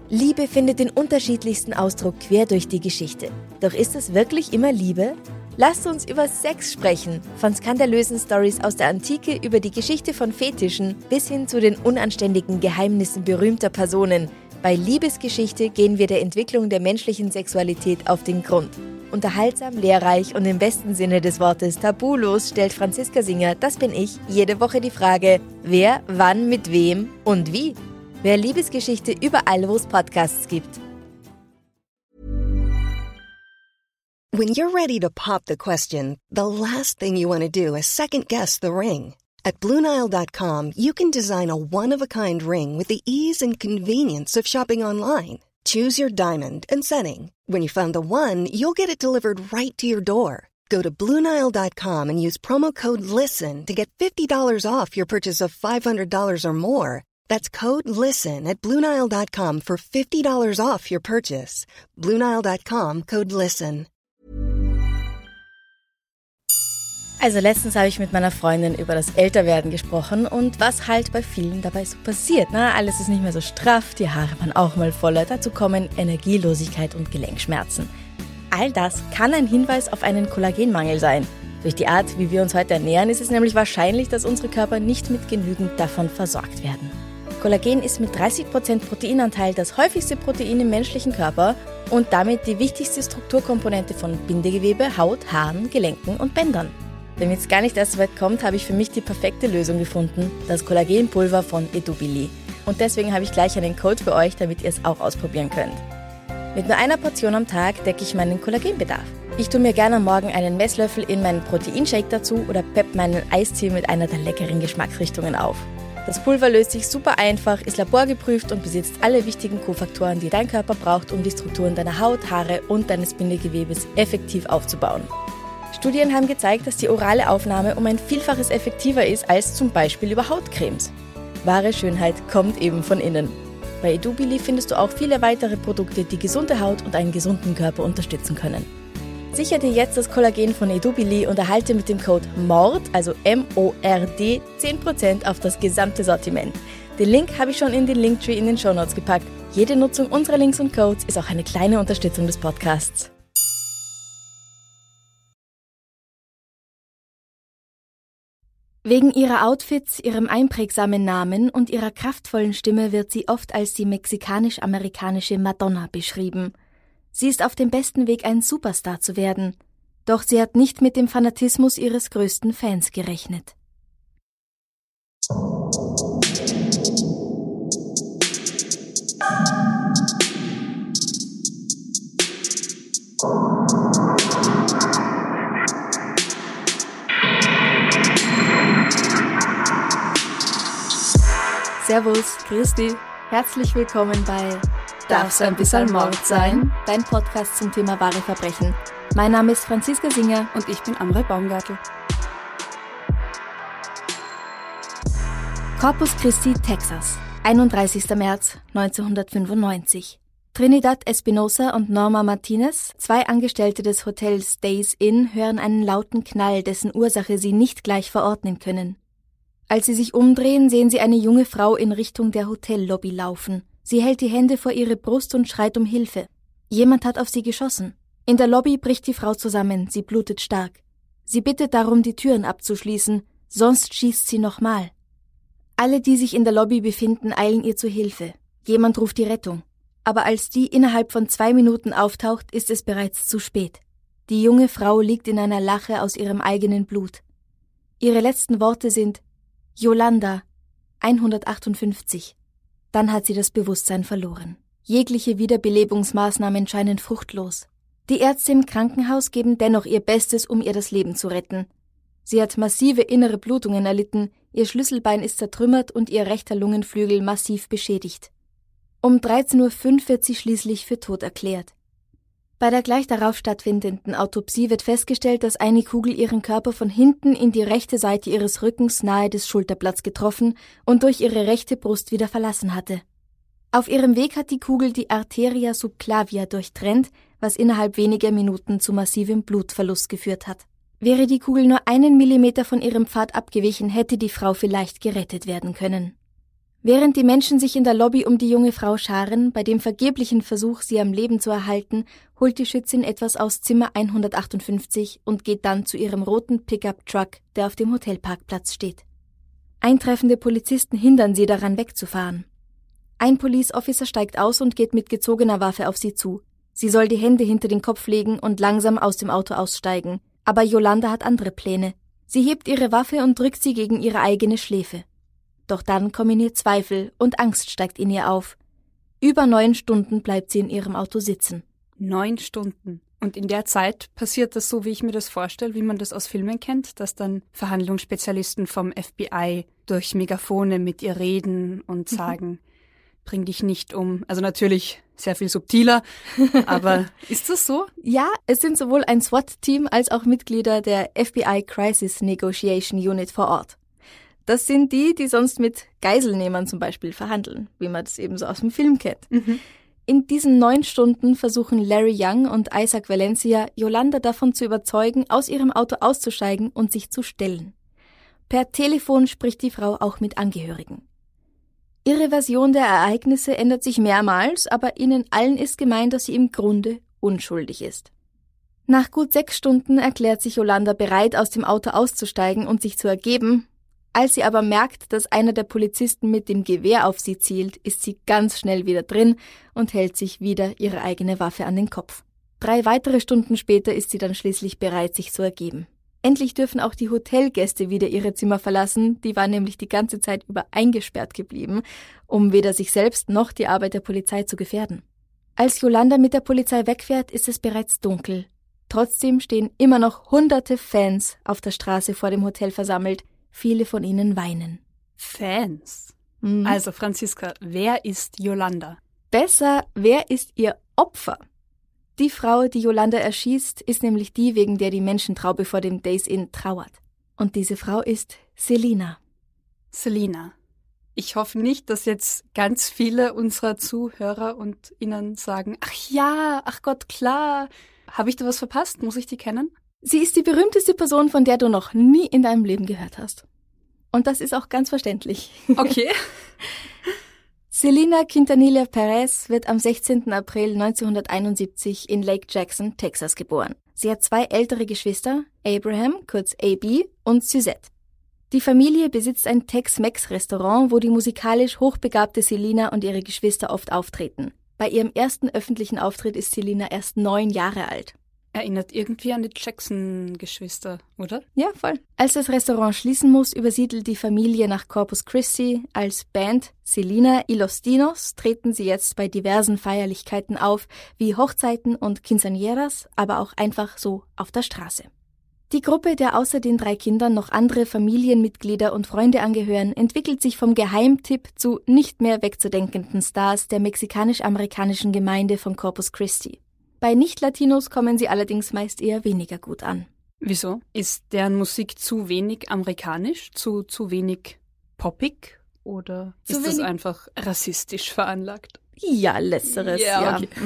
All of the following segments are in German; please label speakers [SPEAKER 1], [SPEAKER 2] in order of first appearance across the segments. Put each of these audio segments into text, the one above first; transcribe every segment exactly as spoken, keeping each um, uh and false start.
[SPEAKER 1] Liebe findet den unterschiedlichsten Ausdruck quer durch die Geschichte. Doch ist es wirklich immer Liebe? Lasst uns über Sex sprechen, von skandalösen Storys aus der Antike über die Geschichte von Fetischen bis hin zu den unanständigen Geheimnissen berühmter Personen. Bei Liebesgeschichte gehen wir der Entwicklung der menschlichen Sexualität auf den Grund. Unterhaltsam, lehrreich und im besten Sinne des Wortes tabulos stellt Franziska Singer, das bin ich, jede Woche die Frage, wer, wann, mit wem und wie. Wer Liebesgeschichte überall, wo es Podcasts gibt.
[SPEAKER 2] When you're ready to pop the question, the last thing you want to do is second-guess the ring. At Blue Nile dot com, you can design a one-of-a-kind ring with the ease and convenience of shopping online. Choose your diamond and setting. When you find the one, you'll get it delivered right to your door. Go to Blue Nile dot com and use promo code LISTEN to get fifty dollars off your purchase of five hundred dollars or more. That's code LISTEN at Blue Nile dot com for fifty dollars off your purchase. Blue Nile dot com, code LISTEN.
[SPEAKER 1] Also letztens habe ich mit meiner Freundin über das Älterwerden gesprochen und was halt bei vielen dabei so passiert. Na, alles ist nicht mehr so straff, die Haare waren auch mal voller, dazu kommen Energielosigkeit und Gelenkschmerzen. All das kann ein Hinweis auf einen Kollagenmangel sein. Durch die Art, wie wir uns heute ernähren, ist es nämlich wahrscheinlich, dass unsere Körper nicht mit genügend davon versorgt werden. Kollagen ist mit dreißig Prozent Proteinanteil das häufigste Protein im menschlichen Körper und damit die wichtigste Strukturkomponente von Bindegewebe, Haut, Haaren, Gelenken und Bändern. Damit es gar nicht erst so weit kommt, habe ich für mich die perfekte Lösung gefunden, das Kollagenpulver von Edubili. Und deswegen habe ich gleich einen Code für euch, damit ihr es auch ausprobieren könnt. Mit nur einer Portion am Tag decke ich meinen Kollagenbedarf. Ich tue mir gerne am Morgen einen Messlöffel in meinen Proteinshake dazu oder pepp meinen Eistee mit einer der leckeren Geschmacksrichtungen auf. Das Pulver löst sich super einfach, ist laborgeprüft und besitzt alle wichtigen Kofaktoren, die dein Körper braucht, um die Strukturen deiner Haut, Haare und deines Bindegewebes effektiv aufzubauen. Studien haben gezeigt, dass die orale Aufnahme um ein Vielfaches effektiver ist als zum Beispiel über Hautcremes. Wahre Schönheit kommt eben von innen. Bei Edubili findest du auch viele weitere Produkte, die gesunde Haut und einen gesunden Körper unterstützen können. Sichere dir jetzt das Kollagen von Edubili und erhalte mit dem Code MORD, also M O R D, zehn Prozent auf das gesamte Sortiment. Den Link habe ich schon in den Linktree in den Shownotes gepackt. Jede Nutzung unserer Links und Codes ist auch eine kleine Unterstützung des Podcasts. Wegen ihrer Outfits, ihrem einprägsamen Namen und ihrer kraftvollen Stimme wird sie oft als die mexikanisch-amerikanische Madonna beschrieben. Sie ist auf dem besten Weg, ein Superstar zu werden. Doch sie hat nicht mit dem Fanatismus ihres größten Fans gerechnet. Servus, Christi, herzlich willkommen bei Darf's ein bisschen Mord sein? Dein Podcast zum Thema wahre Verbrechen. Mein Name ist Franziska Singer
[SPEAKER 3] und ich bin Amrei Baumgartl.
[SPEAKER 1] Corpus Christi, Texas, einunddreißigster März neunzehnhundertfünfundneunzig. Trinidad Espinosa und Norma Martinez, zwei Angestellte des Hotels Days Inn, hören einen lauten Knall, dessen Ursache sie nicht gleich verordnen können. Als sie sich umdrehen, sehen sie eine junge Frau in Richtung der Hotellobby laufen. Sie hält die Hände vor ihre Brust und schreit um Hilfe. Jemand hat auf sie geschossen. In der Lobby bricht die Frau zusammen, sie blutet stark. Sie bittet darum, die Türen abzuschließen, sonst schießt sie nochmal. Alle, die sich in der Lobby befinden, eilen ihr zu Hilfe. Jemand ruft die Rettung. Aber als die innerhalb von zwei Minuten auftaucht, ist es bereits zu spät. Die junge Frau liegt in einer Lache aus ihrem eigenen Blut. Ihre letzten Worte sind Yolanda, hundertachtundfünfzig. Dann hat sie das Bewusstsein verloren. Jegliche Wiederbelebungsmaßnahmen scheinen fruchtlos. Die Ärzte im Krankenhaus geben dennoch ihr Bestes, um ihr das Leben zu retten. Sie hat massive innere Blutungen erlitten, ihr Schlüsselbein ist zertrümmert und ihr rechter Lungenflügel massiv beschädigt. Um dreizehn Uhr fünf wird sie schließlich für tot erklärt. Bei der gleich darauf stattfindenden Autopsie wird festgestellt, dass eine Kugel ihren Körper von hinten in die rechte Seite ihres Rückens nahe des Schulterblatts getroffen und durch ihre rechte Brust wieder verlassen hatte. Auf ihrem Weg hat die Kugel die Arteria subclavia durchtrennt, was innerhalb weniger Minuten zu massivem Blutverlust geführt hat. Wäre die Kugel nur einen Millimeter von ihrem Pfad abgewichen, hätte die Frau vielleicht gerettet werden können. Während die Menschen sich in der Lobby um die junge Frau scharen, bei dem vergeblichen Versuch, sie am Leben zu erhalten, holt die Schützin etwas aus Zimmer hundertachtundfünfzig und geht dann zu ihrem roten Pickup-Truck, der auf dem Hotelparkplatz steht. Eintreffende Polizisten hindern sie daran, wegzufahren. Ein Police Officer steigt aus und geht mit gezogener Waffe auf sie zu. Sie soll die Hände hinter den Kopf legen und langsam aus dem Auto aussteigen. Aber Yolanda hat andere Pläne. Sie hebt ihre Waffe und drückt sie gegen ihre eigene Schläfe. Doch dann kommen ihr Zweifel und Angst steigt in ihr auf. Über neun Stunden bleibt sie in ihrem Auto sitzen.
[SPEAKER 3] Neun Stunden. Und in der Zeit passiert das so, wie ich mir das vorstelle, wie man das aus Filmen kennt, dass dann Verhandlungsspezialisten vom F B I durch Megafone mit ihr reden und sagen, mhm. bring dich nicht um. Also natürlich sehr viel subtiler, aber ist das so?
[SPEAKER 1] Ja, es sind sowohl ein SWAT-Team als auch Mitglieder der F B I Crisis Negotiation Unit vor Ort. Das sind die, die sonst mit Geiselnehmern zum Beispiel verhandeln, wie man das eben so aus dem Film kennt. Mhm. In diesen neun Stunden versuchen Larry Young und Isaac Valencia, Yolanda davon zu überzeugen, aus ihrem Auto auszusteigen und sich zu stellen. Per Telefon spricht die Frau auch mit Angehörigen. Ihre Version der Ereignisse ändert sich mehrmals, aber ihnen allen ist gemeint, dass sie im Grunde unschuldig ist. Nach gut sechs Stunden erklärt sich Yolanda bereit, aus dem Auto auszusteigen und sich zu ergeben. Als sie aber merkt, dass einer der Polizisten mit dem Gewehr auf sie zielt, ist sie ganz schnell wieder drin und hält sich wieder ihre eigene Waffe an den Kopf. Drei weitere Stunden später ist sie dann schließlich bereit, sich zu ergeben. Endlich dürfen auch die Hotelgäste wieder ihre Zimmer verlassen, die waren nämlich die ganze Zeit über eingesperrt geblieben, um weder sich selbst noch die Arbeit der Polizei zu gefährden. Als Yolanda mit der Polizei wegfährt, ist es bereits dunkel. Trotzdem stehen immer noch hunderte Fans auf der Straße vor dem Hotel versammelt. Viele von ihnen weinen.
[SPEAKER 3] Fans? Mhm. Also Franziska, wer ist Yolanda?
[SPEAKER 1] Besser, wer ist ihr Opfer? Die Frau, die Yolanda erschießt, ist nämlich die, wegen der die Menschentraube vor dem Days Inn trauert. Und diese Frau ist Selina.
[SPEAKER 3] Selina. Ich hoffe nicht, dass jetzt ganz viele unserer Zuhörer und Ihnen sagen, ach ja, ach Gott, klar. Habe ich da was verpasst? Muss ich die kennen?
[SPEAKER 1] Sie ist die berühmteste Person, von der du noch nie in deinem Leben gehört hast. Und das ist auch ganz verständlich.
[SPEAKER 3] Okay.
[SPEAKER 1] Selina Quintanilla Perez wird am sechzehnten April neunzehnhunderteinundsiebzig in Lake Jackson, Texas geboren. Sie hat zwei ältere Geschwister, Abraham, kurz A B, und Suzette. Die Familie besitzt ein Tex-Mex-Restaurant, wo die musikalisch hochbegabte Selina und ihre Geschwister oft auftreten. Bei ihrem ersten öffentlichen Auftritt ist Selina erst neun Jahre alt.
[SPEAKER 3] Erinnert irgendwie an die Jackson-Geschwister, oder?
[SPEAKER 1] Ja, voll. Als das Restaurant schließen muss, übersiedelt die Familie nach Corpus Christi. Als Band Selina y los Dinos treten sie jetzt bei diversen Feierlichkeiten auf, wie Hochzeiten und Quinceañeras, aber auch einfach so auf der Straße. Die Gruppe, der außer den drei Kindern noch andere Familienmitglieder und Freunde angehören, entwickelt sich vom Geheimtipp zu nicht mehr wegzudenkenden Stars der mexikanisch-amerikanischen Gemeinde von Corpus Christi. Bei Nicht-Latinos kommen sie allerdings meist eher weniger gut an.
[SPEAKER 3] Wieso? Ist deren Musik zu wenig amerikanisch, zu, zu wenig poppig oder zu ist das einfach rassistisch veranlagt?
[SPEAKER 1] Ja, letzteres,
[SPEAKER 3] yeah,
[SPEAKER 1] ja.
[SPEAKER 3] Okay.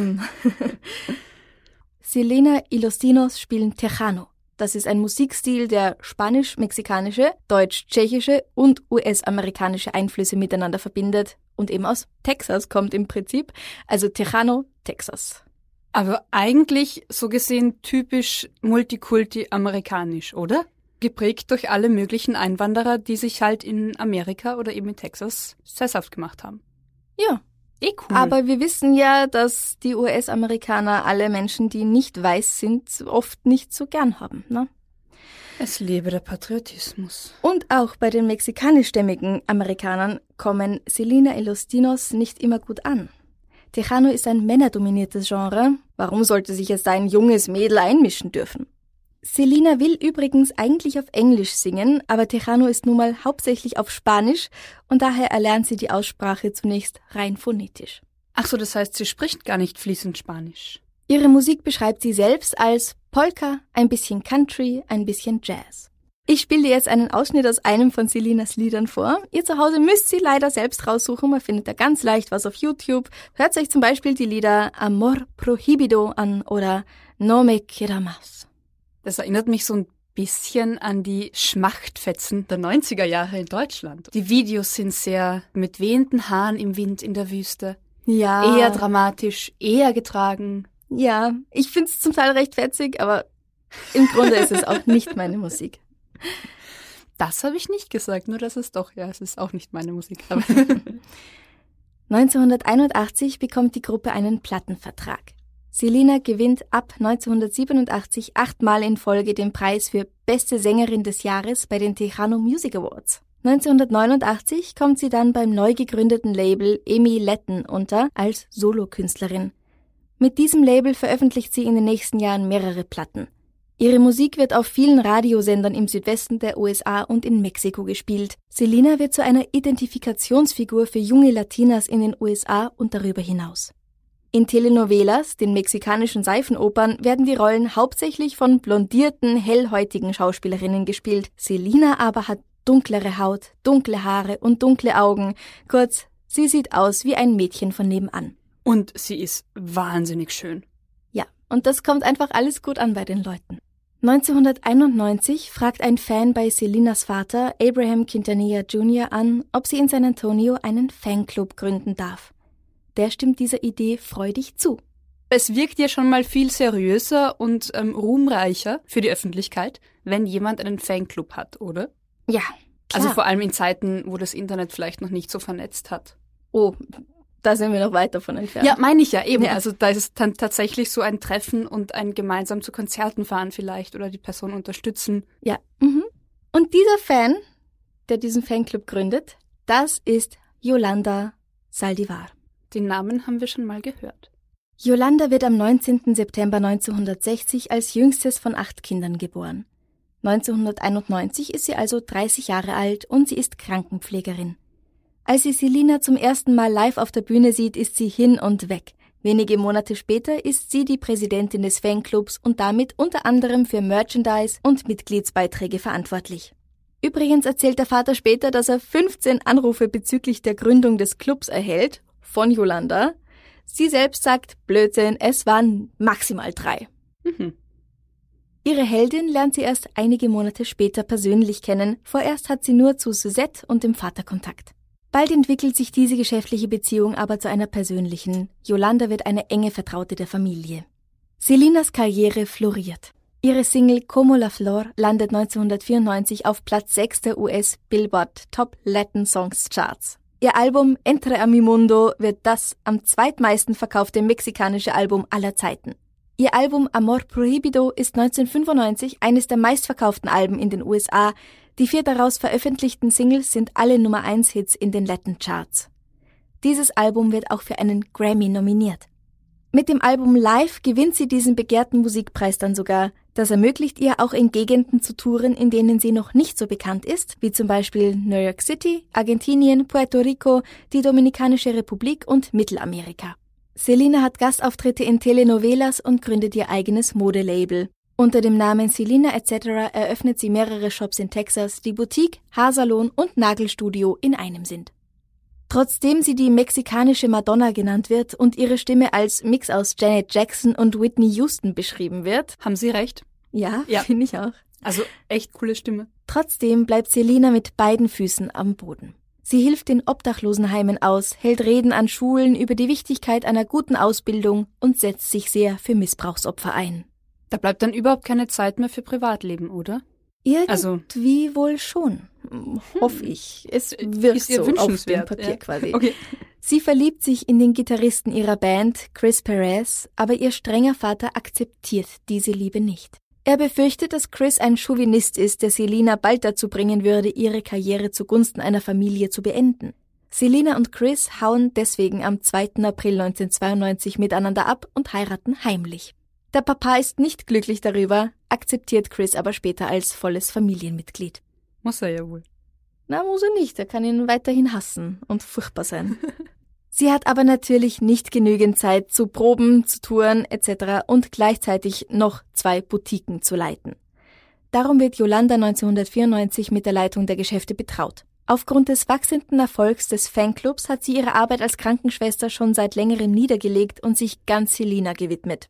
[SPEAKER 1] Selena y los Dinos spielen Tejano. Das ist ein Musikstil, der spanisch-mexikanische, deutsch-tschechische und U S-amerikanische Einflüsse miteinander verbindet und eben aus Texas kommt im Prinzip, also Tejano, Texas.
[SPEAKER 3] Aber eigentlich so gesehen typisch multikulti-amerikanisch, oder? Geprägt durch alle möglichen Einwanderer, die sich halt in Amerika oder eben in Texas sesshaft gemacht haben.
[SPEAKER 1] Ja.
[SPEAKER 3] Eh cool.
[SPEAKER 1] Aber wir wissen ja, dass die U S-Amerikaner alle Menschen, die nicht weiß sind, oft nicht so gern haben, ne?
[SPEAKER 3] Es lebe der Patriotismus.
[SPEAKER 1] Und auch bei den mexikanischstämmigen Amerikanern kommen Selena y los Dinos nicht immer gut an. Tejano ist ein männerdominiertes Genre. Warum sollte sich jetzt ein junges Mädel einmischen dürfen? Selena will übrigens eigentlich auf Englisch singen, aber Tejano ist nun mal hauptsächlich auf Spanisch und daher erlernt sie die Aussprache zunächst rein phonetisch.
[SPEAKER 3] Ach so, das heißt, sie spricht gar nicht fließend Spanisch.
[SPEAKER 1] Ihre Musik beschreibt sie selbst als Polka, ein bisschen Country, ein bisschen Jazz. Ich spiele dir jetzt einen Ausschnitt aus einem von Selenas Liedern vor. Ihr zu Hause müsst sie leider selbst raussuchen, man findet da ganz leicht was auf YouTube. Hört euch zum Beispiel die Lieder Amor Prohibido an oder No me quiera más.
[SPEAKER 3] Das erinnert mich so ein bisschen an die Schmachtfetzen der neunziger Jahre in Deutschland. Die Videos sind sehr mit wehenden Haaren im Wind in der Wüste.
[SPEAKER 1] Ja.
[SPEAKER 3] Eher dramatisch, eher getragen.
[SPEAKER 1] Ja, ich finde es zum Teil recht fetzig, aber im Grunde ist es auch nicht meine Musik.
[SPEAKER 3] Das habe ich nicht gesagt, nur dass es doch, ja, es ist auch nicht meine Musik. Aber
[SPEAKER 1] neunzehnhunderteinundachtzig bekommt die Gruppe einen Plattenvertrag. Selena gewinnt ab neunzehnhundertsiebenundachtzig achtmal in Folge den Preis für Beste Sängerin des Jahres bei den Tejano Music Awards. neunzehnhundertneunundachtzig kommt sie dann beim neu gegründeten Label Emi Letten unter als Solokünstlerin. Mit diesem Label veröffentlicht sie in den nächsten Jahren mehrere Platten. Ihre Musik wird auf vielen Radiosendern im Südwesten der U S A und in Mexiko gespielt. Selena wird zu einer Identifikationsfigur für junge Latinas in den U S A und darüber hinaus. In Telenovelas, den mexikanischen Seifenopern, werden die Rollen hauptsächlich von blondierten, hellhäutigen Schauspielerinnen gespielt. Selena aber hat dunklere Haut, dunkle Haare und dunkle Augen. Kurz, sie sieht aus wie ein Mädchen von nebenan.
[SPEAKER 3] Und sie ist wahnsinnig schön.
[SPEAKER 1] Ja, und das kommt einfach alles gut an bei den Leuten. neunzehnhunderteinundneunzig fragt ein Fan bei Selenas Vater, Abraham Quintanilla Junior, an, ob sie in San Antonio einen Fanclub gründen darf. Der stimmt dieser Idee freudig zu.
[SPEAKER 3] Es wirkt ja schon mal viel seriöser und ähm, ruhmreicher für die Öffentlichkeit, wenn jemand einen Fanclub hat, oder?
[SPEAKER 1] Ja, klar.
[SPEAKER 3] Also vor allem in Zeiten, wo das Internet vielleicht noch nicht so vernetzt hat.
[SPEAKER 1] Oh, da sind wir noch weit davon entfernt.
[SPEAKER 3] Ja, meine ich ja eben.
[SPEAKER 1] Ja.
[SPEAKER 3] Also da ist es dann tatsächlich so ein Treffen und ein gemeinsam zu Konzerten fahren vielleicht oder die Person unterstützen.
[SPEAKER 1] Ja. Mhm. Und dieser Fan, der diesen Fanclub gründet, das ist Yolanda Saldivar.
[SPEAKER 3] Den Namen haben wir schon mal gehört.
[SPEAKER 1] Yolanda wird am neunzehnten September neunzehnhundertsechzig als jüngstes von acht Kindern geboren. neunzehnhunderteinundneunzig ist sie also dreißig Jahre alt und sie ist Krankenpflegerin. Als sie Selena zum ersten Mal live auf der Bühne sieht, ist sie hin und weg. Wenige Monate später ist sie die Präsidentin des Fanclubs und damit unter anderem für Merchandise und Mitgliedsbeiträge verantwortlich. Übrigens erzählt der Vater später, dass er fünfzehn Anrufe bezüglich der Gründung des Clubs erhält, von Yolanda. Sie selbst sagt, Blödsinn, es waren maximal drei.
[SPEAKER 3] Mhm.
[SPEAKER 1] Ihre Heldin lernt sie erst einige Monate später persönlich kennen. Vorerst hat sie nur zu Suzette und dem Vater Kontakt. Bald entwickelt sich diese geschäftliche Beziehung aber zu einer persönlichen. Yolanda wird eine enge Vertraute der Familie. Selenas Karriere floriert. Ihre Single Como la Flor landet neunzehnhundertvierundneunzig auf Platz sechs der U S Billboard Top Latin Songs Charts. Ihr Album Entre a mi Mundo wird das am zweitmeisten verkaufte mexikanische Album aller Zeiten. Ihr Album Amor Prohibido ist neunzehnhundertfünfundneunzig eines der meistverkauften Alben in den U S A. Die vier daraus veröffentlichten Singles sind alle Nummer eins Hits in den Latin Charts. Dieses Album wird auch für einen Grammy nominiert. Mit dem Album Live gewinnt sie diesen begehrten Musikpreis dann sogar. Das ermöglicht ihr auch in Gegenden zu touren, in denen sie noch nicht so bekannt ist, wie zum Beispiel New York City, Argentinien, Puerto Rico, die Dominikanische Republik und Mittelamerika. Selena hat Gastauftritte in Telenovelas und gründet ihr eigenes Modelabel. Unter dem Namen Selena et cetera eröffnet sie mehrere Shops in Texas, die Boutique, Haarsalon und Nagelstudio in einem sind. Trotzdem sie die mexikanische Madonna genannt wird und ihre Stimme als Mix aus Janet Jackson und Whitney Houston beschrieben wird.
[SPEAKER 3] Haben Sie recht?
[SPEAKER 1] Ja,
[SPEAKER 3] Ja.
[SPEAKER 1] finde ich auch.
[SPEAKER 3] Also echt coole Stimme.
[SPEAKER 1] Trotzdem bleibt Selena mit beiden Füßen am Boden. Sie hilft in Obdachlosenheimen aus, hält Reden an Schulen über die Wichtigkeit einer guten Ausbildung und setzt sich sehr für Missbrauchsopfer ein.
[SPEAKER 3] Da bleibt dann überhaupt keine Zeit mehr für Privatleben, oder?
[SPEAKER 1] Irgendwie
[SPEAKER 3] Also-
[SPEAKER 1] wohl schon, hoffe ich. Es wirkt
[SPEAKER 3] Ist ihr
[SPEAKER 1] so auf dem
[SPEAKER 3] wünschenswert,
[SPEAKER 1] Papier
[SPEAKER 3] ja.
[SPEAKER 1] quasi.
[SPEAKER 3] Okay.
[SPEAKER 1] Sie verliebt sich in den Gitarristen ihrer Band, Chris Perez, aber ihr strenger Vater akzeptiert diese Liebe nicht. Er befürchtet, dass Chris ein Chauvinist ist, der Selena bald dazu bringen würde, ihre Karriere zugunsten einer Familie zu beenden. Selena und Chris hauen deswegen am zweiten April neunzehnhundertzweiundneunzig miteinander ab und heiraten heimlich. Der Papa ist nicht glücklich darüber, akzeptiert Chris aber später als volles Familienmitglied.
[SPEAKER 3] Muss er ja wohl.
[SPEAKER 1] Na, muss er nicht, er kann ihn weiterhin hassen und furchtbar sein. Sie hat aber natürlich nicht genügend Zeit zu Proben, zu Touren et cetera und gleichzeitig noch zwei Boutiquen zu leiten. Darum wird Yolanda neunzehnhundertvierundneunzig mit der Leitung der Geschäfte betraut. Aufgrund des wachsenden Erfolgs des Fanclubs hat sie ihre Arbeit als Krankenschwester schon seit längerem niedergelegt und sich ganz Selena gewidmet.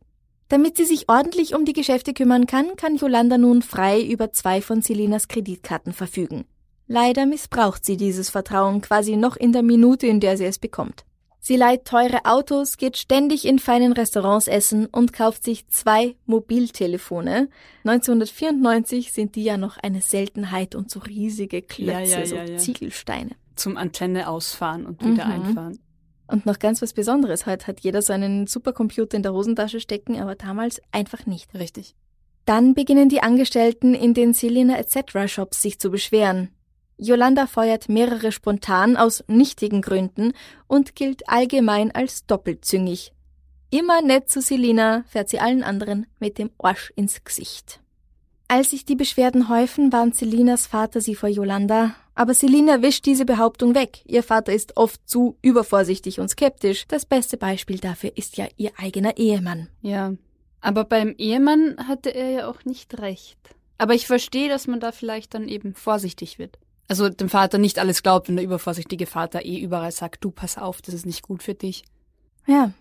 [SPEAKER 1] Damit sie sich ordentlich um die Geschäfte kümmern kann, kann Yolanda nun frei über zwei von Selinas Kreditkarten verfügen. Leider missbraucht sie dieses Vertrauen quasi noch in der Minute, in der sie es bekommt. Sie leiht teure Autos, geht ständig in feinen Restaurants essen und kauft sich zwei Mobiltelefone. neunzehnhundertvierundneunzig sind die ja noch eine Seltenheit und so riesige Klötze,
[SPEAKER 3] ja, ja, ja,
[SPEAKER 1] so
[SPEAKER 3] ja.
[SPEAKER 1] Ziegelsteine.
[SPEAKER 3] Zum Antenne ausfahren und wieder
[SPEAKER 1] Mhm.
[SPEAKER 3] einfahren.
[SPEAKER 1] Und noch ganz was Besonderes, heute hat jeder so einen Supercomputer in der Hosentasche stecken, aber damals einfach nicht.
[SPEAKER 3] Richtig.
[SPEAKER 1] Dann beginnen die Angestellten in den Selina et cetera Shops sich zu beschweren. Yolanda feuert mehrere spontan aus nichtigen Gründen und gilt allgemein als doppelzüngig. Immer nett zu Selina, fährt sie allen anderen mit dem Arsch ins Gesicht. Als sich die Beschwerden häufen, warnt Selinas Vater sie vor Yolanda, aber Selina wischt diese Behauptung weg. Ihr Vater ist oft zu übervorsichtig und skeptisch. Das beste Beispiel dafür ist ja ihr eigener Ehemann.
[SPEAKER 3] Ja, aber beim Ehemann hatte er ja auch nicht recht. Aber ich verstehe, dass man da vielleicht dann eben vorsichtig wird. Also dem Vater nicht alles glaubt, wenn der übervorsichtige Vater eh überall sagt, du pass auf, das ist nicht gut für dich.
[SPEAKER 1] Ja.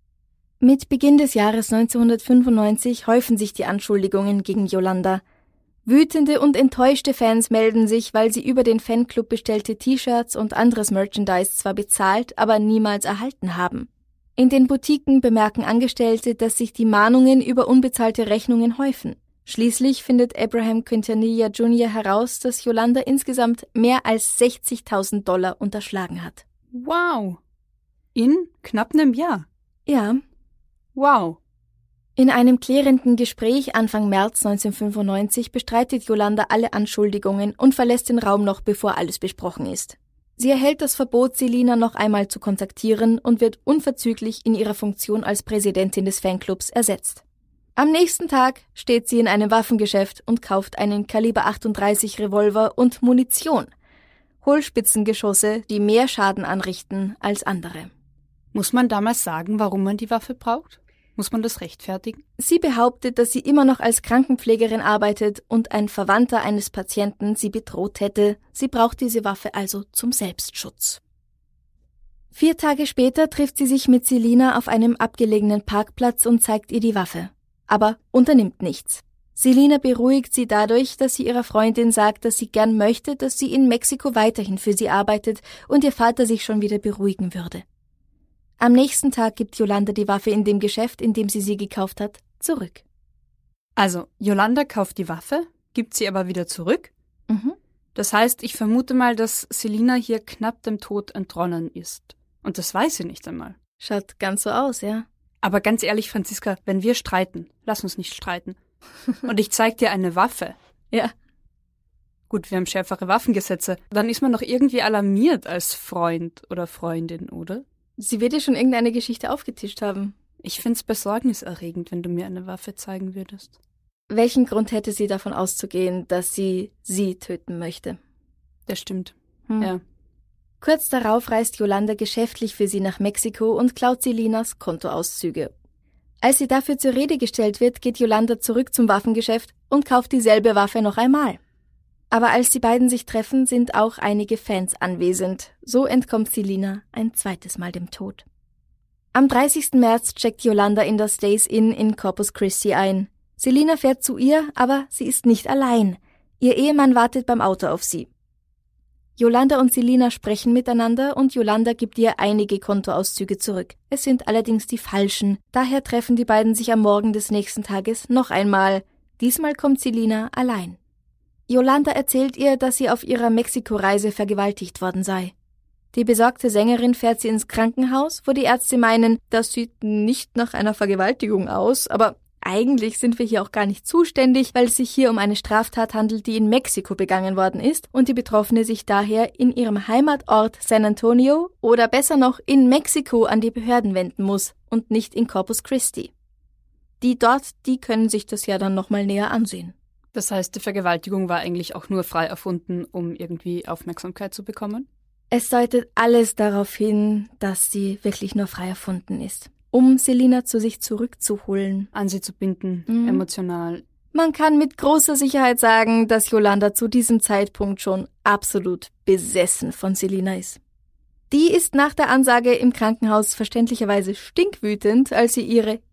[SPEAKER 1] Mit Beginn des Jahres neunzehnhundertfünfundneunzig häufen sich die Anschuldigungen gegen Yolanda. Wütende und enttäuschte Fans melden sich, weil sie über den Fanclub bestellte T-Shirts und anderes Merchandise zwar bezahlt, aber niemals erhalten haben. In den Boutiquen bemerken Angestellte, dass sich die Mahnungen über unbezahlte Rechnungen häufen. Schließlich findet Abraham Quintanilla Junior heraus, dass Yolanda insgesamt mehr als sechzigtausend Dollar unterschlagen hat.
[SPEAKER 3] Wow. In knapp einem Jahr.
[SPEAKER 1] Ja.
[SPEAKER 3] Wow.
[SPEAKER 1] In einem klärenden Gespräch Anfang März neunzehnhundertfünfundneunzig bestreitet Yolanda alle Anschuldigungen und verlässt den Raum noch, bevor alles besprochen ist. Sie erhält das Verbot, Selina noch einmal zu kontaktieren und wird unverzüglich in ihrer Funktion als Präsidentin des Fanclubs ersetzt. Am nächsten Tag steht sie in einem Waffengeschäft und kauft einen Kaliber achtunddreißig Revolver und Munition. Hohlspitzengeschosse, die mehr Schaden anrichten als andere.
[SPEAKER 3] Muss man damals sagen, warum man die Waffe braucht? Muss man das rechtfertigen?
[SPEAKER 1] Sie behauptet, dass sie immer noch als Krankenpflegerin arbeitet und ein Verwandter eines Patienten sie bedroht hätte. Sie braucht diese Waffe also zum Selbstschutz. Vier Tage später trifft sie sich mit Selina auf einem abgelegenen Parkplatz und zeigt ihr die Waffe. Aber unternimmt nichts. Selina beruhigt sie dadurch, dass sie ihrer Freundin sagt, dass sie gern möchte, dass sie in Mexiko weiterhin für sie arbeitet und ihr Vater sich schon wieder beruhigen würde. Am nächsten Tag gibt Yolanda die Waffe in dem Geschäft, in dem sie sie gekauft hat, zurück.
[SPEAKER 3] Also, Yolanda kauft die Waffe, gibt sie aber wieder zurück.
[SPEAKER 1] Mhm.
[SPEAKER 3] Das heißt, ich vermute mal, dass Selina hier knapp dem Tod entronnen ist. Und das weiß sie nicht einmal.
[SPEAKER 1] Schaut ganz so aus, ja.
[SPEAKER 3] Aber ganz ehrlich, Franziska, wenn wir streiten, lass uns nicht streiten. Und ich zeig dir eine Waffe.
[SPEAKER 1] Ja.
[SPEAKER 3] Gut, wir haben schärfere Waffengesetze. Dann ist man doch irgendwie alarmiert als Freund oder Freundin, oder?
[SPEAKER 1] Sie wird ja schon irgendeine Geschichte aufgetischt haben.
[SPEAKER 3] Ich find's besorgniserregend, wenn du mir eine Waffe zeigen würdest.
[SPEAKER 1] Welchen Grund hätte sie davon auszugehen, dass sie sie töten möchte?
[SPEAKER 3] Das stimmt,
[SPEAKER 1] Hm.
[SPEAKER 3] ja.
[SPEAKER 1] Kurz darauf reist Yolanda geschäftlich für sie nach Mexiko und klaut Selinas Kontoauszüge. Als sie dafür zur Rede gestellt wird, geht Yolanda zurück zum Waffengeschäft und kauft dieselbe Waffe noch einmal. Aber als die beiden sich treffen, sind auch einige Fans anwesend. So entkommt Selina ein zweites Mal dem Tod. Am dreißigsten März checkt Yolanda in das Days Inn in Corpus Christi ein. Selina fährt zu ihr, aber sie ist nicht allein. Ihr Ehemann wartet beim Auto auf sie. Yolanda und Selina sprechen miteinander und Yolanda gibt ihr einige Kontoauszüge zurück. Es sind allerdings die falschen. Daher treffen die beiden sich am Morgen des nächsten Tages noch einmal. Diesmal kommt Selina allein. Yolanda erzählt ihr, dass sie auf ihrer Mexiko-Reise vergewaltigt worden sei. Die besorgte Sängerin fährt sie ins Krankenhaus, wo die Ärzte meinen, das sieht nicht nach einer Vergewaltigung aus, aber eigentlich sind wir hier auch gar nicht zuständig, weil es sich hier um eine Straftat handelt, die in Mexiko begangen worden ist und die Betroffene sich daher in ihrem Heimatort San Antonio oder besser noch in Mexiko an die Behörden wenden muss und nicht in Corpus Christi. Die dort, die können sich das ja dann nochmal näher ansehen.
[SPEAKER 3] Das heißt, die Vergewaltigung war eigentlich auch nur frei erfunden, um irgendwie Aufmerksamkeit zu bekommen?
[SPEAKER 1] Es deutet alles darauf hin, dass sie wirklich nur frei erfunden ist, um Selina zu sich zurückzuholen.
[SPEAKER 3] An sie zu binden,
[SPEAKER 1] Mhm.
[SPEAKER 3] emotional.
[SPEAKER 1] Man kann mit großer Sicherheit sagen, dass Yolanda zu diesem Zeitpunkt schon absolut besessen von Selina ist. Die ist nach der Ansage im Krankenhaus verständlicherweise stinkwütend, als sie ihre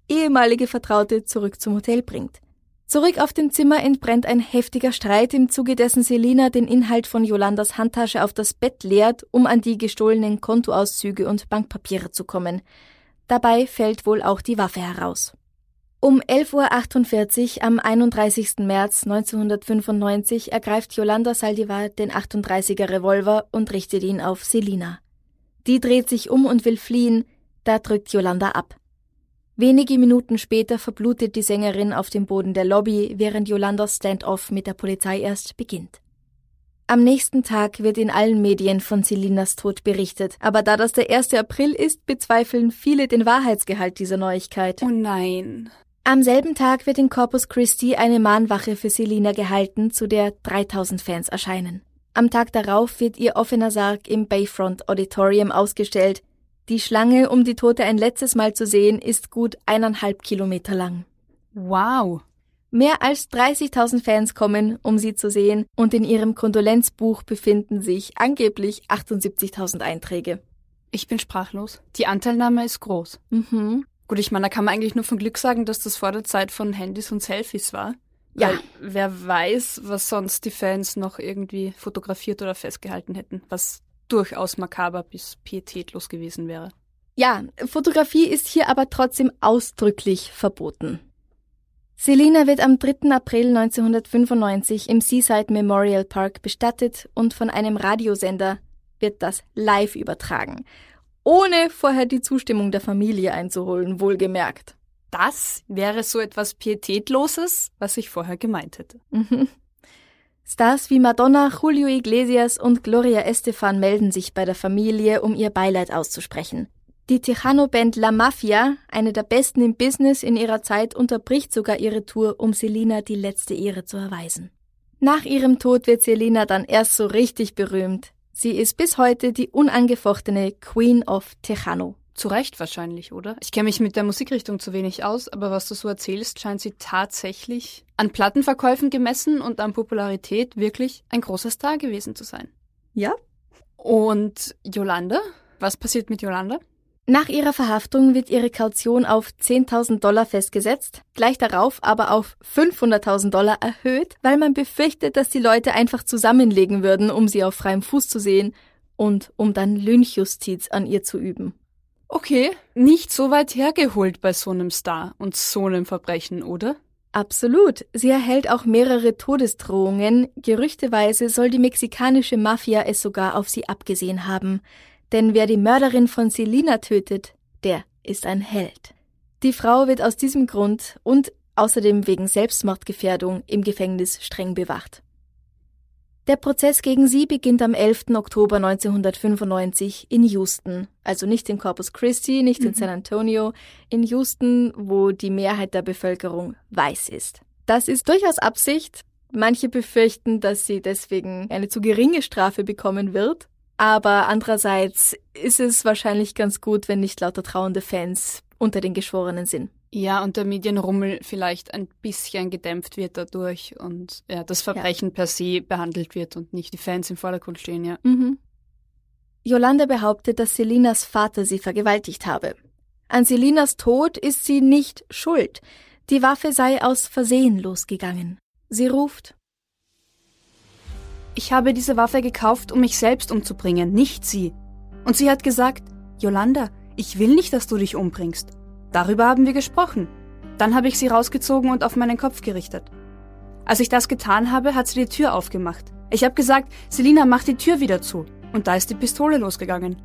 [SPEAKER 1] ehemalige Vertraute zurück zum Hotel bringt. Zurück auf dem Zimmer entbrennt ein heftiger Streit, im Zuge dessen Selina den Inhalt von Yolandas Handtasche auf das Bett leert, um an die gestohlenen Kontoauszüge und Bankpapiere zu kommen. Dabei fällt wohl auch die Waffe heraus. Um elf Uhr achtundvierzig am einunddreißigsten März neunzehnhundertfünfundneunzig ergreift Yolanda Saldivar den achtunddreißiger Revolver und richtet ihn auf Selina. Die dreht sich um und will fliehen, da drückt Yolanda ab. Wenige Minuten später verblutet die Sängerin auf dem Boden der Lobby, während Yolandas Stand-off mit der Polizei erst beginnt. Am nächsten Tag wird in allen Medien von Selinas Tod berichtet, aber da das der erste April ist, bezweifeln viele den Wahrheitsgehalt dieser Neuigkeit.
[SPEAKER 3] Oh nein.
[SPEAKER 1] Am selben Tag wird in Corpus Christi eine Mahnwache für Selina gehalten, zu der dreitausend Fans erscheinen. Am Tag darauf wird ihr offener Sarg im Bayfront Auditorium ausgestellt. Die Schlange, um die Tote ein letztes Mal zu sehen, ist gut eineinhalb Kilometer lang.
[SPEAKER 3] Wow.
[SPEAKER 1] Mehr als dreißigtausend Fans kommen, um sie zu sehen, und in ihrem Kondolenzbuch befinden sich angeblich achtundsiebzigtausend Einträge.
[SPEAKER 3] Ich bin sprachlos. Die Anteilnahme ist groß.
[SPEAKER 1] Mhm.
[SPEAKER 3] Gut, ich meine, da kann man eigentlich nur von Glück sagen, dass das vor der Zeit von Handys und Selfies war.
[SPEAKER 1] Ja.
[SPEAKER 3] Weil wer weiß, was sonst die Fans noch irgendwie fotografiert oder festgehalten hätten, was durchaus makaber bis pietätlos gewesen wäre.
[SPEAKER 1] Ja, Fotografie ist hier aber trotzdem ausdrücklich verboten. Selina wird am dritten April neunzehnhundertfünfundneunzig im Seaside Memorial Park bestattet und von einem Radiosender wird das live übertragen, ohne vorher die Zustimmung der Familie einzuholen, wohlgemerkt.
[SPEAKER 3] Das wäre so etwas Pietätloses, was ich vorher gemeint hätte.
[SPEAKER 1] Mhm. Stars wie Madonna, Julio Iglesias und Gloria Estefan melden sich bei der Familie, um ihr Beileid auszusprechen. Die Tejano-Band La Mafia, eine der besten im Business in ihrer Zeit, unterbricht sogar ihre Tour, um Selina die letzte Ehre zu erweisen. Nach ihrem Tod wird Selina dann erst so richtig berühmt. Sie ist bis heute die unangefochtene Queen of Tejano.
[SPEAKER 3] Zu Recht wahrscheinlich, oder? Ich kenne mich mit der Musikrichtung zu wenig aus, aber was du so erzählst, scheint sie tatsächlich an Plattenverkäufen gemessen und an Popularität wirklich ein großer Star gewesen zu sein.
[SPEAKER 1] Ja.
[SPEAKER 3] Und Yolanda? Was passiert mit Yolanda?
[SPEAKER 1] Nach ihrer Verhaftung wird ihre Kaution auf zehntausend Dollar festgesetzt, gleich darauf aber auf fünfhunderttausend Dollar erhöht, weil man befürchtet, dass die Leute einfach zusammenlegen würden, um sie auf freiem Fuß zu sehen und um dann Lynchjustiz an ihr zu üben.
[SPEAKER 3] Okay, nicht so weit hergeholt bei so einem Star und so einem Verbrechen, oder?
[SPEAKER 1] Absolut. Sie erhält auch mehrere Todesdrohungen. Gerüchteweise soll die mexikanische Mafia es sogar auf sie abgesehen haben. Denn wer die Mörderin von Selina tötet, der ist ein Held. Die Frau wird aus diesem Grund und außerdem wegen Selbstmordgefährdung im Gefängnis streng bewacht. Der Prozess gegen sie beginnt am elften Oktober neunzehnhundertfünfundneunzig in Houston, also nicht in Corpus Christi, nicht mhm. in San Antonio, in Houston, wo die Mehrheit der Bevölkerung weiß ist. Das ist durchaus Absicht. Manche befürchten, dass sie deswegen eine zu geringe Strafe bekommen wird. Aber andererseits ist es wahrscheinlich ganz gut, wenn nicht lauter trauernde Fans unter den Geschworenen sind.
[SPEAKER 3] Ja, und der Medienrummel vielleicht ein bisschen gedämpft wird dadurch und ja, das Verbrechen ja. per se behandelt wird und nicht die Fans im Vordergrund stehen, ja.
[SPEAKER 1] Mhm. Yolanda behauptet, dass Selinas Vater sie vergewaltigt habe. An Selinas Tod ist sie nicht schuld. Die Waffe sei aus Versehen losgegangen. Sie ruft:
[SPEAKER 3] Ich habe diese Waffe gekauft, um mich selbst umzubringen, nicht sie. Und sie hat gesagt: Yolanda, ich will nicht, dass du dich umbringst. Darüber haben wir gesprochen. Dann habe ich sie rausgezogen und auf meinen Kopf gerichtet. Als ich das getan habe, hat sie die Tür aufgemacht. Ich habe gesagt: Selina, mach die Tür wieder zu. Und da ist die Pistole losgegangen.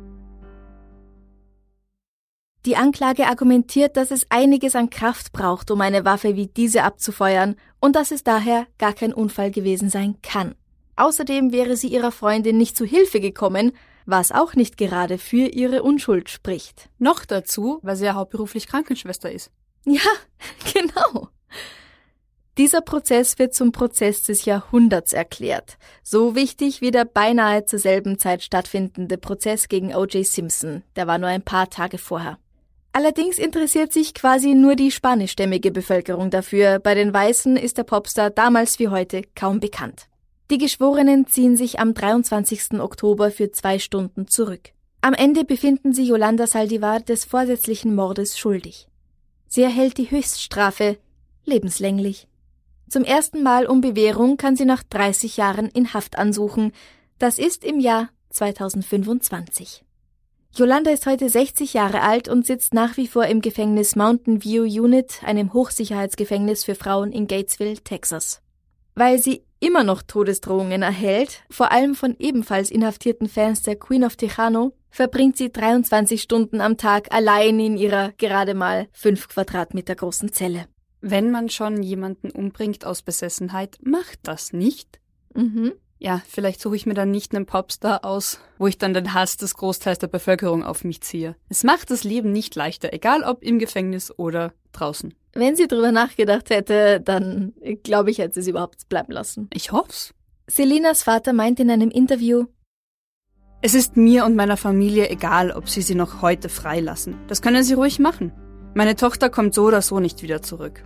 [SPEAKER 1] Die Anklage argumentiert, dass es einiges an Kraft braucht, um eine Waffe wie diese abzufeuern und dass es daher gar kein Unfall gewesen sein kann. Außerdem wäre sie ihrer Freundin nicht zu Hilfe gekommen, was auch nicht gerade für ihre Unschuld spricht.
[SPEAKER 3] Noch dazu, weil sie ja hauptberuflich Krankenschwester ist.
[SPEAKER 1] Ja, genau. Dieser Prozess wird zum Prozess des Jahrhunderts erklärt. So wichtig wie der beinahe zur selben Zeit stattfindende Prozess gegen O J Simpson. Der war nur ein paar Tage vorher. Allerdings interessiert sich quasi nur die spanischstämmige Bevölkerung dafür. Bei den Weißen ist der Popstar damals wie heute kaum bekannt. Die Geschworenen ziehen sich am dreiundzwanzigsten Oktober für zwei Stunden zurück. Am Ende befinden sie Yolanda Saldivar des vorsätzlichen Mordes schuldig. Sie erhält die Höchststrafe, lebenslänglich. Zum ersten Mal um Bewährung kann sie nach dreißig Jahren in Haft ansuchen. Das ist im Jahr zweitausendfünfundzwanzig. Yolanda ist heute sechzig Jahre alt und sitzt nach wie vor im Gefängnis Mountain View Unit, einem Hochsicherheitsgefängnis für Frauen in Gatesville, Texas. Weil sie immer noch Todesdrohungen erhält, vor allem von ebenfalls inhaftierten Fans der Queen of Tejano, verbringt sie dreiundzwanzig Stunden am Tag allein in ihrer gerade mal fünf Quadratmeter großen Zelle.
[SPEAKER 3] Wenn man schon jemanden umbringt aus Besessenheit, macht das nicht.
[SPEAKER 1] Mhm.
[SPEAKER 3] Ja, vielleicht suche ich mir dann nicht einen Popstar aus, wo ich dann den Hass des Großteils der Bevölkerung auf mich ziehe. Es macht das Leben nicht leichter, egal ob im Gefängnis oder draußen.
[SPEAKER 1] Wenn sie drüber nachgedacht hätte, dann glaube ich, hätte sie es überhaupt bleiben lassen.
[SPEAKER 3] Ich hoff's.
[SPEAKER 1] Selinas Vater meint in einem Interview:
[SPEAKER 3] Es ist mir und meiner Familie egal, ob sie sie noch heute freilassen. Das können sie ruhig machen. Meine Tochter kommt so oder so nicht wieder zurück.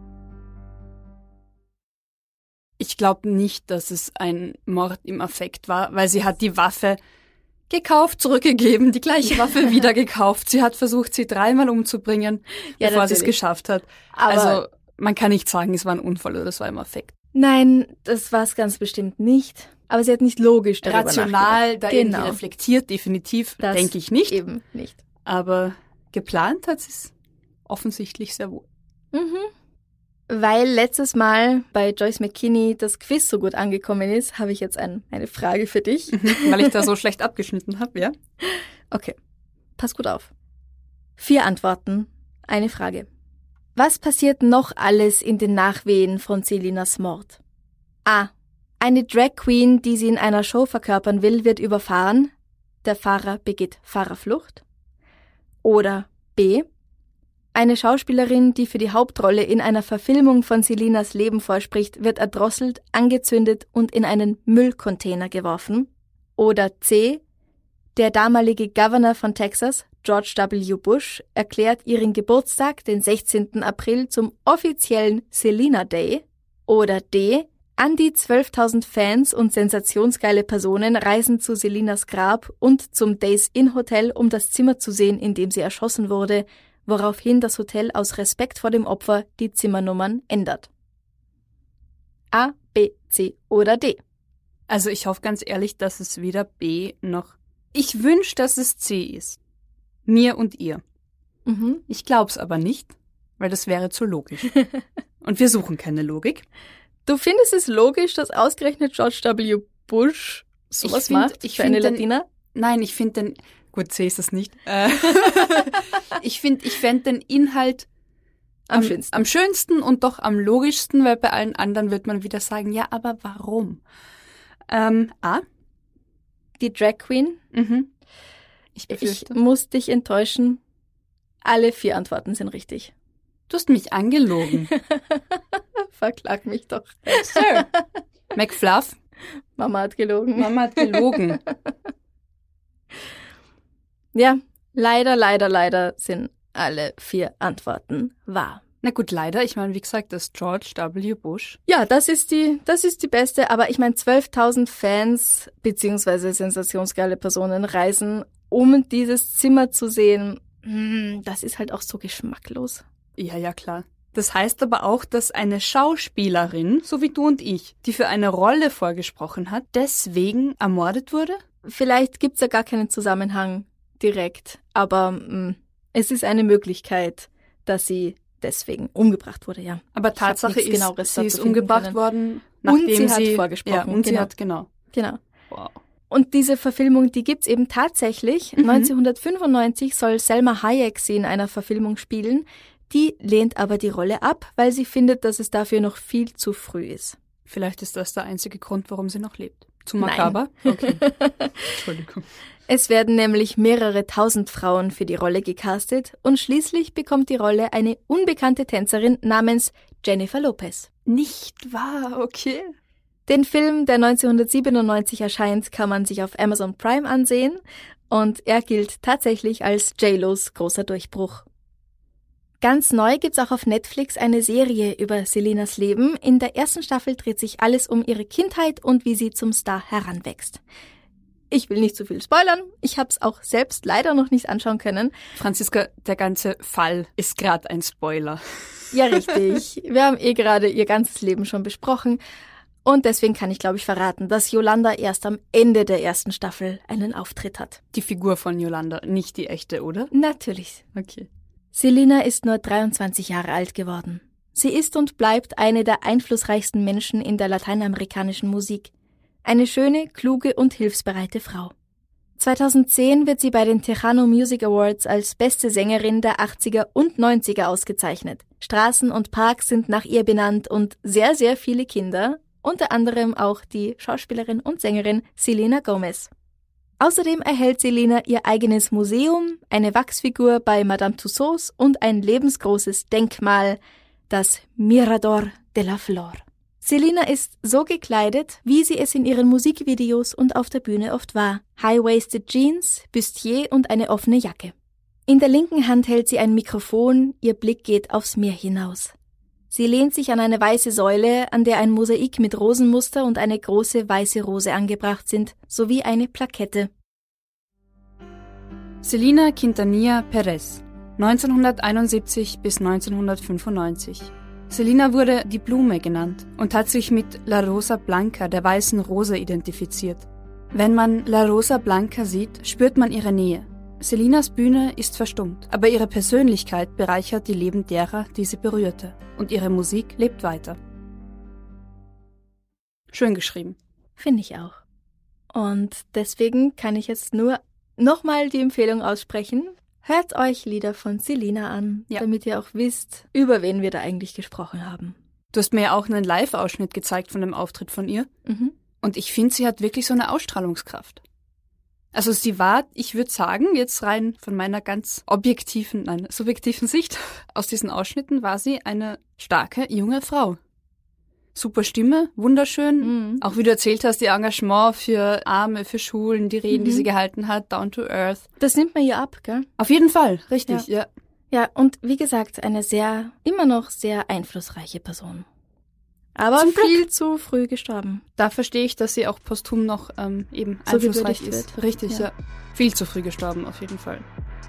[SPEAKER 3] Ich glaube nicht, dass es ein Mord im Affekt war, weil sie hat die Waffe gekauft, zurückgegeben, die gleiche Waffe wieder gekauft. Sie hat versucht, sie dreimal umzubringen,
[SPEAKER 1] ja,
[SPEAKER 3] bevor sie es geschafft hat.
[SPEAKER 1] Aber
[SPEAKER 3] also man kann nicht sagen, es war ein Unfall oder es war im Affekt.
[SPEAKER 1] Nein, das war es ganz bestimmt nicht. Aber sie hat nicht logisch darüber
[SPEAKER 3] Rational, da
[SPEAKER 1] genau.
[SPEAKER 3] irgendwie reflektiert, definitiv, denke ich nicht.
[SPEAKER 1] Eben nicht.
[SPEAKER 3] Aber geplant hat sie es offensichtlich sehr wohl.
[SPEAKER 1] Mhm. Weil letztes Mal bei Joyce McKinney das Quiz so gut angekommen ist, habe ich jetzt ein, eine Frage für dich.
[SPEAKER 3] Mhm, weil ich da so schlecht abgeschnitten habe, ja?
[SPEAKER 1] Okay, pass gut auf. Vier Antworten, eine Frage. Was passiert noch alles in den Nachwehen von Selinas Mord? A. Eine Drag Queen, die sie in einer Show verkörpern will, wird überfahren. Der Fahrer begeht Fahrerflucht. Oder B. Eine Schauspielerin, die für die Hauptrolle in einer Verfilmung von Selinas Leben vorspricht, wird erdrosselt, angezündet und in einen Müllcontainer geworfen. Oder C. Der damalige Governor von Texas, George W. Bush, erklärt ihren Geburtstag, den sechzehnten April, zum offiziellen Selena Day. Oder D. An die zwölftausend Fans und sensationsgeile Personen reisen zu Selinas Grab und zum Days Inn Hotel, um das Zimmer zu sehen, in dem sie erschossen wurde, woraufhin das Hotel aus Respekt vor dem Opfer die Zimmernummern ändert. A, B, C oder D?
[SPEAKER 3] Also ich hoffe ganz ehrlich, dass es weder B noch... Ich wünsche, dass es C ist. Mir und ihr.
[SPEAKER 1] Mhm.
[SPEAKER 3] Ich glaub's aber nicht, weil das wäre zu logisch. Und wir suchen keine Logik.
[SPEAKER 1] Du findest es logisch, dass ausgerechnet George W. Bush sowas
[SPEAKER 3] ich find,
[SPEAKER 1] macht
[SPEAKER 3] ich
[SPEAKER 1] für eine
[SPEAKER 3] den,
[SPEAKER 1] Latina?
[SPEAKER 3] Nein, ich finde den... Gut, C ist es nicht. Äh, ich finde, ich fände den Inhalt
[SPEAKER 1] am,
[SPEAKER 3] am,
[SPEAKER 1] schönsten.
[SPEAKER 3] am schönsten und doch am logischsten, weil bei allen anderen wird man wieder sagen, ja, aber warum? Ähm, A.
[SPEAKER 1] Die Drag Queen?
[SPEAKER 3] Mhm.
[SPEAKER 1] Ich befürchte. Ich muss dich enttäuschen. Alle vier Antworten sind richtig.
[SPEAKER 3] Du hast mich angelogen.
[SPEAKER 1] Verklag mich doch.
[SPEAKER 3] Yes, sir. McFluff.
[SPEAKER 1] Mama hat gelogen.
[SPEAKER 3] Mama hat gelogen.
[SPEAKER 1] Ja, leider, leider, leider sind alle vier Antworten wahr.
[SPEAKER 3] Na gut, leider. Ich meine, wie gesagt, das George W. Bush.
[SPEAKER 1] Ja, das ist die, das ist die beste. Aber ich meine, zwölftausend Fans beziehungsweise sensationsgeile Personen reisen, um dieses Zimmer zu sehen. Das ist halt auch so geschmacklos.
[SPEAKER 3] Ja, ja, klar. Das heißt aber auch, dass eine Schauspielerin, so wie du und ich, die für eine Rolle vorgesprochen hat, deswegen ermordet wurde?
[SPEAKER 1] Vielleicht gibt's ja gar keinen Zusammenhang direkt, aber mh, es ist eine Möglichkeit, dass sie deswegen umgebracht wurde, ja.
[SPEAKER 3] Aber Tatsache ist,
[SPEAKER 1] Genaueres
[SPEAKER 3] sie ist umgebracht
[SPEAKER 1] können.
[SPEAKER 3] worden,
[SPEAKER 1] nachdem
[SPEAKER 3] und sie,
[SPEAKER 1] sie
[SPEAKER 3] hat
[SPEAKER 1] vorgesprochen.
[SPEAKER 3] Ja, und
[SPEAKER 1] genau.
[SPEAKER 3] sie hat, genau.
[SPEAKER 1] Genau.
[SPEAKER 3] Wow.
[SPEAKER 1] Und diese Verfilmung, die gibt's eben tatsächlich.
[SPEAKER 3] Mhm.
[SPEAKER 1] neunzehnhundertfünfundneunzig soll Selma Hayek sie in einer Verfilmung spielen. Die lehnt aber die Rolle ab, weil sie findet, dass es dafür noch viel zu früh ist.
[SPEAKER 3] Vielleicht ist das der einzige Grund, warum sie noch lebt. Zu makaber?
[SPEAKER 1] Nein.
[SPEAKER 3] Okay. Entschuldigung.
[SPEAKER 1] Es werden nämlich mehrere tausend Frauen für die Rolle gecastet und schließlich bekommt die Rolle eine unbekannte Tänzerin namens Jennifer Lopez.
[SPEAKER 3] Nicht wahr, okay.
[SPEAKER 1] Den Film, der neunzehnhundertsiebenundneunzig erscheint, kann man sich auf Amazon Prime ansehen und er gilt tatsächlich als J-Los großer Durchbruch. Ganz neu gibt's auch auf Netflix eine Serie über Selinas Leben. In der ersten Staffel dreht sich alles um ihre Kindheit und wie sie zum Star heranwächst. Ich will nicht zu viel spoilern. Ich habe es auch selbst leider noch nicht anschauen können.
[SPEAKER 3] Franziska, der ganze Fall ist gerade ein Spoiler.
[SPEAKER 1] Ja, richtig. Wir haben eh gerade ihr ganzes Leben schon besprochen. Und deswegen kann ich, glaube ich, verraten, dass Yolanda erst am Ende der ersten Staffel einen Auftritt hat.
[SPEAKER 3] Die Figur von Yolanda, nicht die echte, oder?
[SPEAKER 1] Natürlich.
[SPEAKER 3] Okay.
[SPEAKER 1] Selena ist nur dreiundzwanzig Jahre alt geworden. Sie ist und bleibt eine der einflussreichsten Menschen in der lateinamerikanischen Musik. Eine schöne, kluge und hilfsbereite Frau. zweitausendzehn wird sie bei den Tejano Music Awards als beste Sängerin der achtziger und neunziger ausgezeichnet. Straßen und Parks sind nach ihr benannt und sehr, sehr viele Kinder, unter anderem auch die Schauspielerin und Sängerin Selena Gomez. Außerdem erhält Selena ihr eigenes Museum, eine Wachsfigur bei Madame Tussauds und ein lebensgroßes Denkmal, das Mirador de la Flor. Selena ist so gekleidet, wie sie es in ihren Musikvideos und auf der Bühne oft war. High-waisted Jeans, Bustier und eine offene Jacke. In der linken Hand hält sie ein Mikrofon, ihr Blick geht aufs Meer hinaus. Sie lehnt sich an eine weiße Säule, an der ein Mosaik mit Rosenmuster und eine große weiße Rose angebracht sind, sowie eine Plakette.
[SPEAKER 3] Selena Quintanilla Perez, neunzehnhunderteinundsiebzig bis neunzehnhundertfünfundneunzig. Selena wurde die Blume genannt und hat sich mit La Rosa Blanca, der weißen Rose, identifiziert. Wenn man La Rosa Blanca sieht, spürt man ihre Nähe. Selenas Bühne ist verstummt, aber ihre Persönlichkeit bereichert die Leben derer, die sie berührte. Und ihre Musik lebt weiter. Schön geschrieben.
[SPEAKER 1] Finde ich auch. Und deswegen kann ich jetzt nur nochmal die Empfehlung aussprechen. Hört euch Lieder von Selena an, ja, damit ihr auch wisst, über wen wir da eigentlich gesprochen haben.
[SPEAKER 3] Du hast mir ja auch einen Live-Ausschnitt gezeigt von dem Auftritt von ihr.
[SPEAKER 1] Mhm.
[SPEAKER 3] Und ich finde, sie hat wirklich so eine Ausstrahlungskraft. Also sie war, ich würde sagen, jetzt rein von meiner ganz objektiven, nein, subjektiven Sicht, aus diesen Ausschnitten war sie eine starke, junge Frau. Super Stimme, wunderschön.
[SPEAKER 1] Mhm.
[SPEAKER 3] Auch wie du erzählt hast, ihr Engagement für Arme, für Schulen, die Reden, mhm. die sie gehalten hat, down to earth.
[SPEAKER 1] Das nimmt man ihr ab, gell?
[SPEAKER 3] Auf jeden Fall, richtig, ja.
[SPEAKER 1] Ja, ja, und wie gesagt, eine sehr, immer noch sehr einflussreiche Person. Aber
[SPEAKER 3] Zum
[SPEAKER 1] viel
[SPEAKER 3] Glück.
[SPEAKER 1] zu früh gestorben.
[SPEAKER 3] Da verstehe ich, dass sie auch posthum noch ähm, eben
[SPEAKER 1] so
[SPEAKER 3] einflussreich ist.
[SPEAKER 1] Wird.
[SPEAKER 3] Richtig, ja.
[SPEAKER 1] ja.
[SPEAKER 3] Viel zu früh gestorben, auf jeden Fall.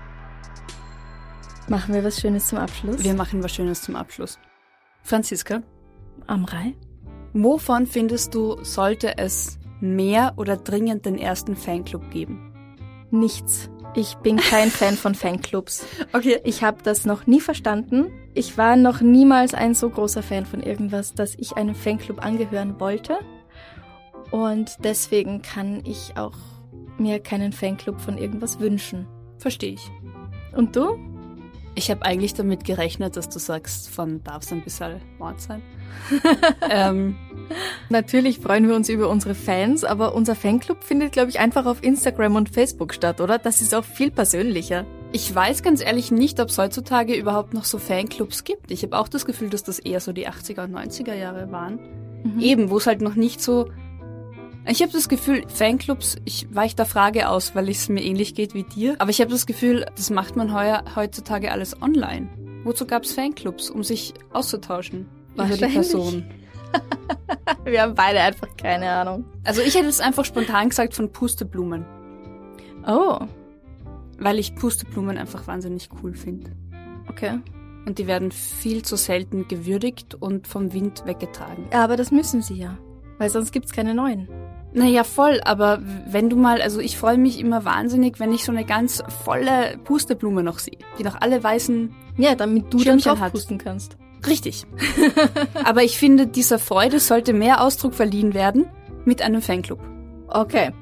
[SPEAKER 1] Machen wir was Schönes zum Abschluss?
[SPEAKER 3] Wir machen was Schönes zum Abschluss. Franziska?
[SPEAKER 1] Amrei?
[SPEAKER 3] Wovon findest du, sollte es mehr oder dringend den ersten Fanclub geben?
[SPEAKER 1] Nichts. Ich bin kein Fan von Fanclubs.
[SPEAKER 3] Okay.
[SPEAKER 1] Ich habe das noch nie verstanden. Ich war noch niemals ein so großer Fan von irgendwas, dass ich einem Fanclub angehören wollte. Und deswegen kann ich auch mir keinen Fanclub von irgendwas wünschen.
[SPEAKER 3] Verstehe ich.
[SPEAKER 1] Und du?
[SPEAKER 3] Ich habe eigentlich damit gerechnet, dass du sagst, von darf es ein bisschen Mord sein. ähm,
[SPEAKER 1] Natürlich freuen wir uns über unsere Fans, aber unser Fanclub findet, glaube ich, einfach auf Instagram und Facebook statt, oder? Das ist auch viel persönlicher.
[SPEAKER 3] Ich weiß ganz ehrlich nicht, ob es heutzutage überhaupt noch so Fanclubs gibt. Ich habe auch das Gefühl, dass das eher so die achtziger und neunziger Jahre waren. Mhm. Eben, wo es halt noch nicht so... Ich habe das Gefühl, Fanclubs, ich weiche der Frage aus, weil es mir ähnlich geht wie dir, aber ich habe das Gefühl, das macht man heuer, heutzutage alles online. Wozu gab es Fanclubs? Um sich auszutauschen über die Person.
[SPEAKER 1] Wir haben beide einfach keine Ahnung.
[SPEAKER 3] Also ich hätte es einfach spontan gesagt von Pusteblumen.
[SPEAKER 1] Oh.
[SPEAKER 3] Weil ich Pusteblumen einfach wahnsinnig cool finde.
[SPEAKER 1] Okay.
[SPEAKER 3] Und die werden viel zu selten gewürdigt und vom Wind weggetragen.
[SPEAKER 1] Ja, aber das müssen sie ja, weil sonst gibt's keine neuen.
[SPEAKER 3] Naja, voll, aber wenn du mal, also ich freue mich immer wahnsinnig, wenn ich so eine ganz volle Pusteblume noch sehe, die noch alle weißen
[SPEAKER 1] Ja, damit du
[SPEAKER 3] Schirmchen
[SPEAKER 1] dann
[SPEAKER 3] hat.
[SPEAKER 1] draufpusten kannst.
[SPEAKER 3] Richtig. Aber ich finde, dieser Freude sollte mehr Ausdruck verliehen werden mit einem Fanclub.
[SPEAKER 1] Okay.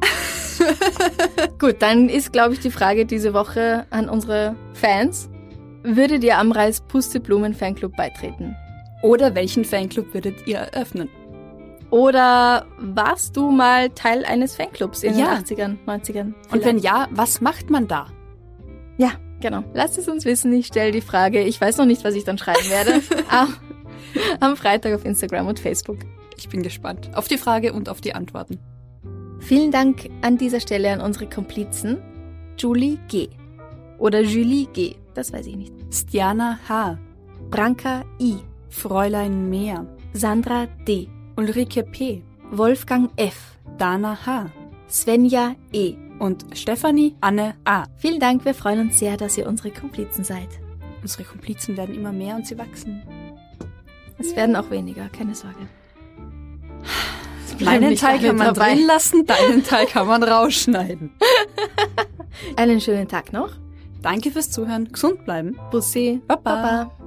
[SPEAKER 1] Gut, dann ist, glaube ich, die Frage diese Woche an unsere Fans. Würdet ihr Amreis Pusteblumen-Fanclub beitreten?
[SPEAKER 3] Oder welchen Fanclub würdet ihr eröffnen?
[SPEAKER 1] Oder warst du mal Teil eines Fanclubs in
[SPEAKER 3] Ja.
[SPEAKER 1] den achtzigern, neunzigern?
[SPEAKER 3] Und
[SPEAKER 1] vielleicht?
[SPEAKER 3] wenn ja, was macht man da?
[SPEAKER 1] Ja, genau. Lasst es uns wissen. Ich stelle die Frage. Ich weiß noch nicht, was ich dann schreiben werde. am, am Freitag auf Instagram und Facebook.
[SPEAKER 3] Ich bin gespannt auf die Frage und auf die Antworten.
[SPEAKER 1] Vielen Dank an dieser Stelle an unsere Komplizen Julie G. Oder Julie G. Das weiß ich nicht.
[SPEAKER 3] Stiana H.
[SPEAKER 1] Branka I.
[SPEAKER 3] Fräulein Mehr.
[SPEAKER 1] Sandra D.
[SPEAKER 3] Ulrike P.
[SPEAKER 1] Wolfgang F.
[SPEAKER 3] Dana H.
[SPEAKER 1] Svenja E.
[SPEAKER 3] Und Stefanie Anne A.
[SPEAKER 1] Vielen Dank, wir freuen uns sehr, dass ihr unsere Komplizen seid.
[SPEAKER 3] Unsere Komplizen werden immer mehr und sie wachsen.
[SPEAKER 1] Es ja. werden auch weniger, keine Sorge.
[SPEAKER 3] Meinen Teil kann man dabei. drin lassen, deinen Teil kann man rausschneiden.
[SPEAKER 1] Einen schönen Tag noch.
[SPEAKER 3] Danke fürs Zuhören. Gesund bleiben.
[SPEAKER 1] Bussi.
[SPEAKER 3] Baba.
[SPEAKER 1] Baba.